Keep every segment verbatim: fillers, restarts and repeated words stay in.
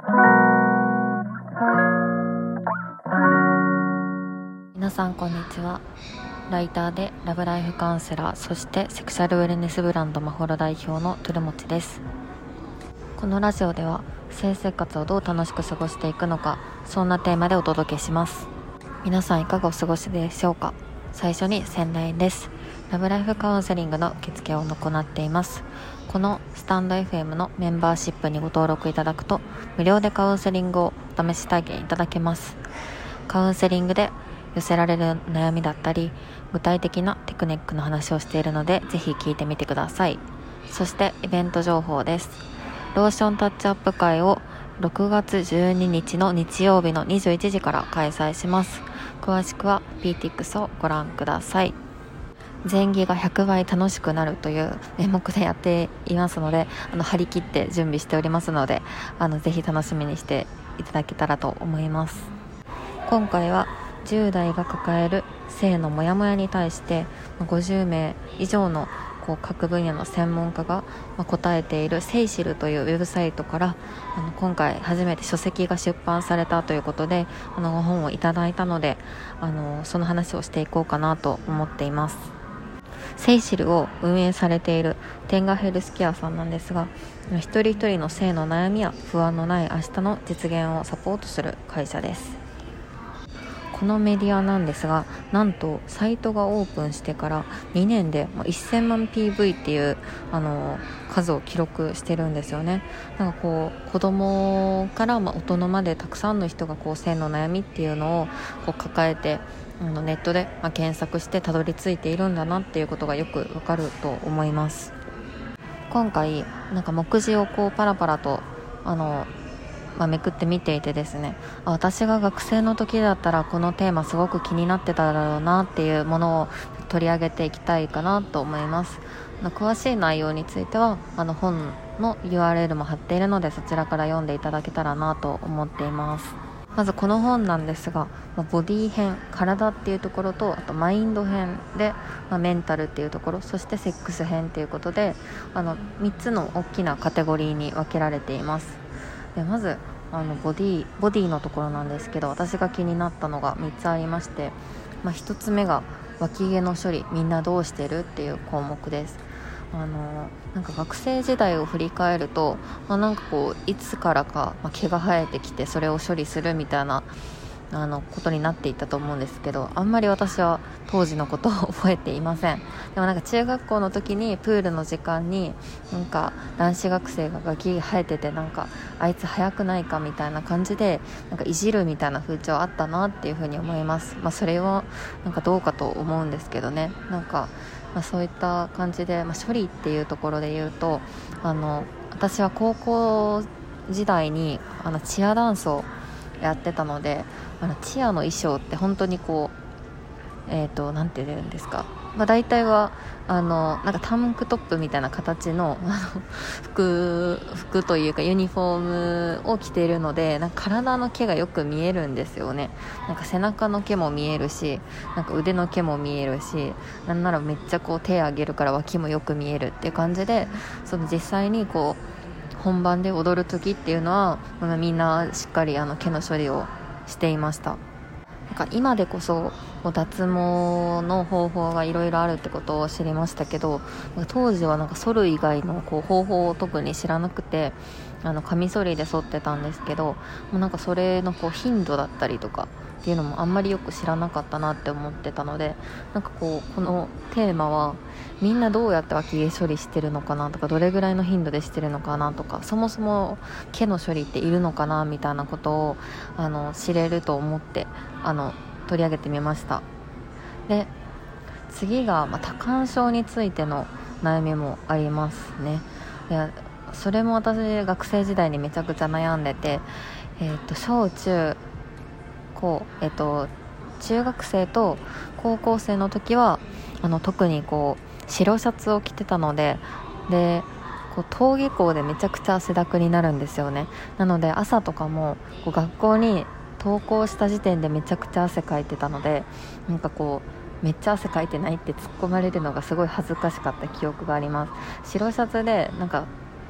皆さんこんにちは。ライターでラブライフカウンセラー、そしてセクシャルウェルネスブランドまほろ代表のトゥルモチです。このラジオでは性生活をどう楽しく過ごしていくのか、そんなテーマでお届けします。皆さんいかがお過ごしでしょうか。最初に宣伝です。ラブライフカウンセリングの受付を行っています。このスタンド エフエム のメンバーシップにご登録いただくと無料でカウンセリングをお試し体験いただけます。カウンセリングで寄せられる悩みだったり具体的なテクニックの話をしているので、ぜひ聞いてみてください。そしてイベント情報です。ローションタッチアップ会をろくがつじゅうににちの日曜日のにじゅういちじから開催します。詳しくは ピーティックス をご覧ください。前戯がひゃくばい楽しくなるという名目でやっていますので、あの張り切って準備しておりますので、あのぜひ楽しみにしていただけたらと思います。今回はじゅう代が抱える性のモヤモヤに対してごじゅうめい以上のこう各分野の専門家が答えているセイシルというウェブサイトからあの今回初めて書籍が出版されたということで、あの本をいただいたので、あのその話をしていこうかなと思っています。セイシルを運営されているテンガヘルスケアさんなんですが、一人一人の性の悩みや不安のない明日の実現をサポートする会社です。このメディアなんですが、なんとサイトがオープンしてからにねんでせんまん ピーブイ っていうあの数を記録してるんですよね。なんかこう子供からまあ大人までたくさんの人がこう性の悩みっていうのをこう抱えてあのネットでまあ検索してたどり着いているんだなっていうことがよくわかると思います。今回なんか目次をこうパラパラとあのまあ、めくって見ていてですね、あ私が学生の時だったらこのテーマすごく気になってただろうなっていうものを取り上げていきたいかなと思います。詳しい内容についてはあの本の ユーアールエル も貼っているので、そちらから読んでいただけたらなと思っています。まずこの本なんですが、ボディ編、体っていうところと、あとマインド編で、まあ、メンタルっていうところ、そしてセックス編っていうことで、あのみっつの大きなカテゴリーに分けられています。でまずあのボディボディのところなんですけど、私が気になったのがみっつありまして、まあ、ひとつめが脇毛の処理、みんなどうしてるっていう項目です。あのなんか学生時代を振り返ると、まあ、なんかこういつからか、まあ、毛が生えてきてそれを処理するみたいなあのことになっていったと思うんですけど、あんまり私は当時のことを覚えていません。でもなんか中学校の時にプールの時間になんか男子学生がガキ生えてて、なんかあいつ早くないかみたいな感じでなんかいじるみたいな風潮あったなっていう風に思います。まあ、それはなんかどうかと思うんですけどね。なんか、まあ、そういった感じで、まあ、処理っていうところで言うと、あの私は高校時代にあのチアダンスをやってたので、あのチアの衣装って本当にこうえーとなんて言うんですか、まあ、大体はあのなんかタンクトップみたいな形のあの服服というかユニフォームを着ているので、なんか体の毛がよく見えるんですよね。なんか背中の毛も見えるし、なんか腕の毛も見えるし、なんならめっちゃこう手上げるから脇もよく見えるっていう感じで、その実際にこう本番で踊る時っていうのは、まあ、みんなしっかりあの毛の処理をしていました。なんか今でこそ脱毛の方法がいろいろあるってことを知りましたけど、当時はなんか剃る以外のこう方法を特に知らなくて、あのカミソリで剃ってたんですけど、もうなんかそれのこう頻度だったりとかっていうのもあんまりよく知らなかったなって思ってたので、なんかこうこのテーマはみんなどうやって脇毛処理してるのかなとか、どれぐらいの頻度でしてるのかなとか、そもそも毛の処理っているのかなみたいなことをあの知れると思ってあの取り上げてみました。で次が、まあ、多汗症についての悩みもありますね。でそれも私学生時代にめちゃくちゃ悩んでて、えー、と小中高、えー、と中学生と高校生の時はあの特にこう白シャツを着てたので、でこう登下校でめちゃくちゃ汗だくになるんですよね。なので朝とかもこう学校に登校した時点でめちゃくちゃ汗かいてたので、なんかこうめっちゃ汗かいてないって突っ込まれるのがすごい恥ずかしかった記憶があります。白シャツでなんか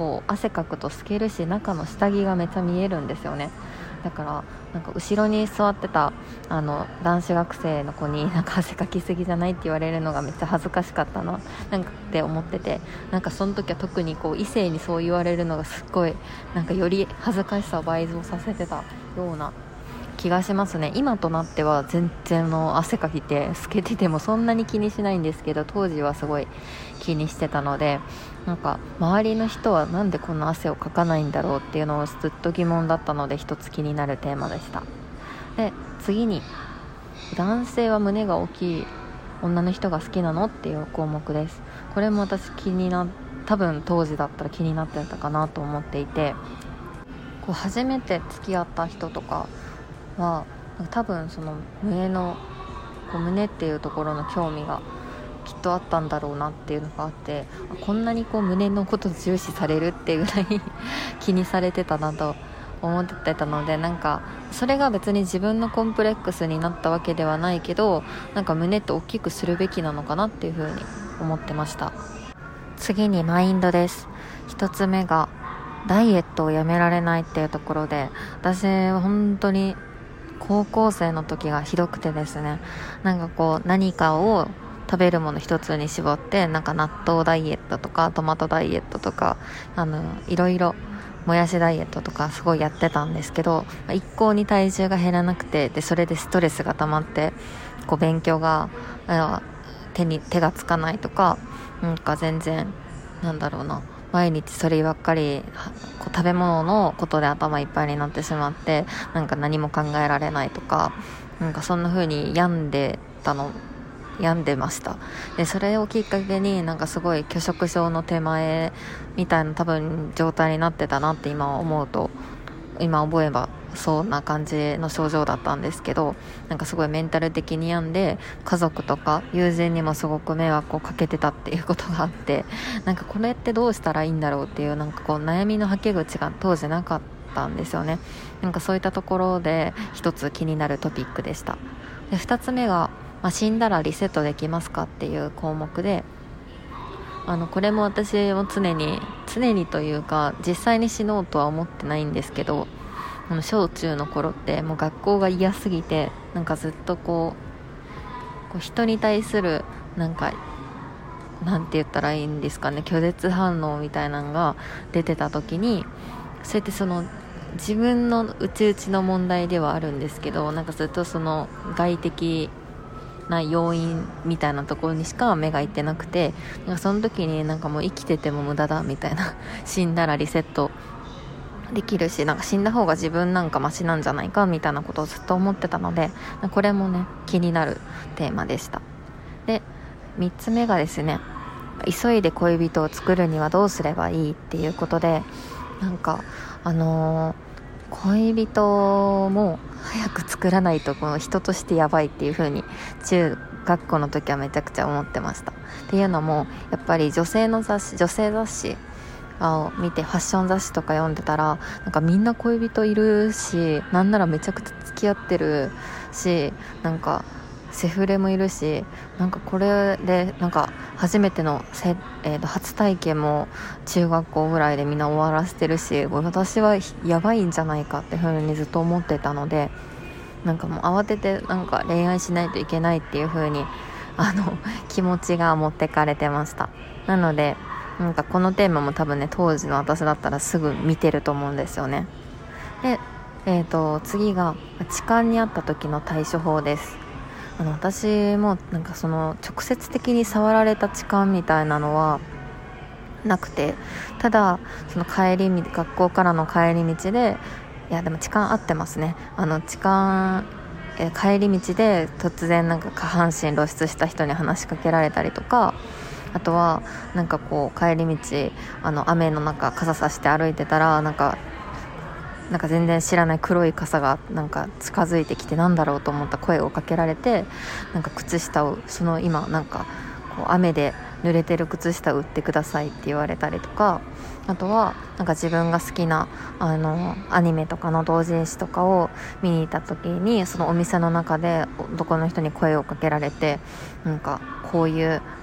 こう汗かくと透けるし、中の下着がめっちゃ見えるんですよね。だからなんか後ろに座ってたあの男子学生の子になんか汗かきすぎじゃないって言われるのがめっちゃ恥ずかしかったななんかって思ってて、なんかその時は特にこう異性にそう言われるのがすっごいなんかより恥ずかしさを倍増させてたような気がしますね。今となっては全然の汗かきて透けててもそんなに気にしないんですけど、当時はすごい気にしてたので、なんか周りの人はなんでこんな汗をかかないんだろうっていうのをずっと疑問だったので、一つ気になるテーマでした。で次に、男性は胸が大きい女の人が好きなのっていう項目です。これも私気にな多分当時だったら気になってたかなと思っていて、こう初めて付き合った人とかは多分その胸のこう胸っていうところの興味がきっとあったんだろうなっていうのがあって、こんなにこう胸のこと重視されるっていうぐらい気にされてたなと思ってたので、なんかそれが別に自分のコンプレックスになったわけではないけど、なんか胸って大きくするべきなのかなっていうふうに思ってました。次にマインドです。一つ目がダイエットをやめられないっていうところで、私は本当に高校生の時がひどくてですね、なんかこう何かを食べるもの一つに絞って、なんか納豆ダイエットとかトマトダイエットとかあのいろいろもやしダイエットとかすごいやってたんですけど、一向に体重が減らなくて、でそれでストレスが溜まってこう勉強が手に手がつかないとか、なんか全然なんだろうな毎日そればっかりこう食べ物のことで頭いっぱいになってしまって、なんか何も考えられないとか、なんかそんな風に病んでたの病んでました。でそれをきっかけになんかすごい拒食症の手前みたいな多分状態になってたなって今思うと、今覚えばそんな感じの症状だったんですけど、なんかすごいメンタル的に病んで、家族とか友人にもすごく迷惑をかけてたっていうことがあって、なんかこれってどうしたらいいんだろうっていうなんかこう悩みのはけ口が当時なかったんですよね。なんかそういったところで一つ気になるトピックでした。で二つ目が、まあ、死んだらリセットできますかっていう項目で、あのこれも私も常に常にというか実際に死のうとは思ってないんですけど、あの小中の頃ってもう学校が嫌すぎて、なんかずっとこう、こう人に対するなんかなんて言ったらいいんですかね、拒絶反応みたいなのが出てた時に、そうやってその自分の内々の問題ではあるんですけど、なんかずっとその外的な要因みたいなところにしか目がいってなくて、なんかその時になんかもう生きてても無駄だみたいな死んだらリセットできるし、なんか死んだ方が自分なんかマシなんじゃないかみたいなことをずっと思ってたので、これもね気になるテーマでした。でみっつめがですね、急いで恋人を作るにはどうすればいいっていうことで、なんかあのー、恋人も早く作らないとこの人としてやばいっていう風に中学校の時はめちゃくちゃ思ってました。っていうのもやっぱり女性の雑誌女性雑誌を見て、ファッション雑誌とか読んでたら、なんかみんな恋人いるし、なんならめちゃくちゃ付き合ってるし、なんかセフレもいるし、なんかこれでなんか初めてのせ、えー、と初体験も中学校ぐらいでみんな終わらせてるし、私はやばいんじゃないかっていう風にずっと思ってたので、なんかもう慌ててなんか恋愛しないといけないっていう風にあの気持ちが持ってかれてました。なのでなんかこのテーマも多分ね当時の私だったらすぐ見てると思うんですよね。で、えー、と次が痴漢にあった時の対処法です。あの私もなんかその直接的に触られた痴漢みたいなのはなくて、ただその帰り学校からの帰り道で、いやでも痴漢合ってますね。あの痴漢え帰り道で突然なんか下半身露出した人に話しかけられたりとか、あとはなんかこう帰り道あの雨の中傘さして歩いてたら、なんかなんか全然知らない黒い傘がなんか近づいてきて、なんだろうと思った声をかけられて、なんか靴下をその今なんかこう雨で濡れてる靴下を売ってくださいって言われたりとか、あとはなんか自分が好きなあのアニメとかの同人誌とかを見に行った時に、そのお店の中で男の人に声をかけられて、なんかこういう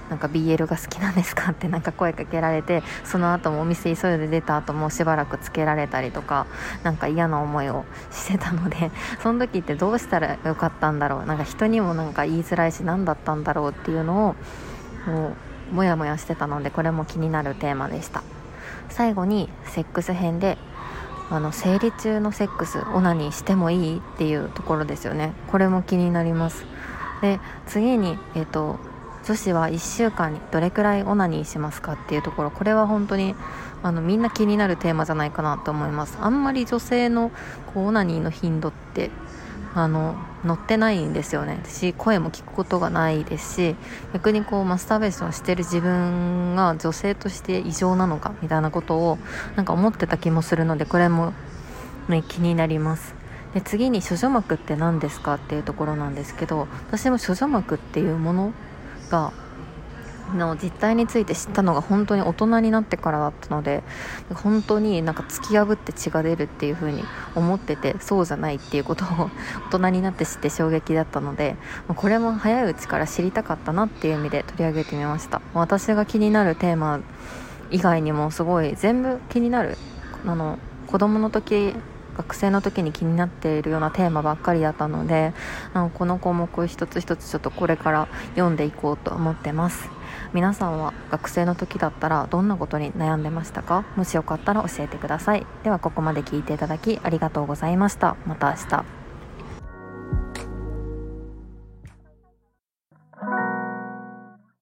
なんか ビーエル が好きなんですかってなんか声かけられて、その後もお店急いで出た後もしばらくつけられたりとか、なんか嫌な思いをしてたのでその時ってどうしたらよかったんだろう、なんか人にもなんか言いづらいし何だったんだろうっていうのをもうもやもやしてたので、これも気になるテーマでした。最後にセックス編で、あの生理中のセックスオナニーしてもいいっていうところですよね。これも気になります。で次に、えーと、女子はいっしゅうかんにどれくらいオナニーしますかっていうところ、これは本当にあのみんな気になるテーマじゃないかなと思います。あんまり女性のこうオナニーの頻度ってあの載ってないんですよね。し声も聞くことがないですし、逆にこうマスターベーションしてる自分が女性として異常なのかみたいなことをなんか思ってた気もするので、これも、ね、気になります。で次に処女膜って何ですかっていうところなんですけど、私も処女膜っていうものがの実態について知ったのが本当に大人になってからだったので、本当になんか突き破って血が出るっていう風に思ってて、そうじゃないっていうことを大人になって知って衝撃だったので、これも早いうちから知りたかったなっていう意味で取り上げてみました。私が気になるテーマ以外にもすごい全部気になる、あの子供の時学生の時に気になっているようなテーマばっかりだったので、あのこの項目を一つ一つちょっとこれから読んでいこうと思ってます。皆さんは学生の時だったらどんなことに悩んでましたか？もしよかったら教えてください。ではここまで聞いていただきありがとうございました。また明日。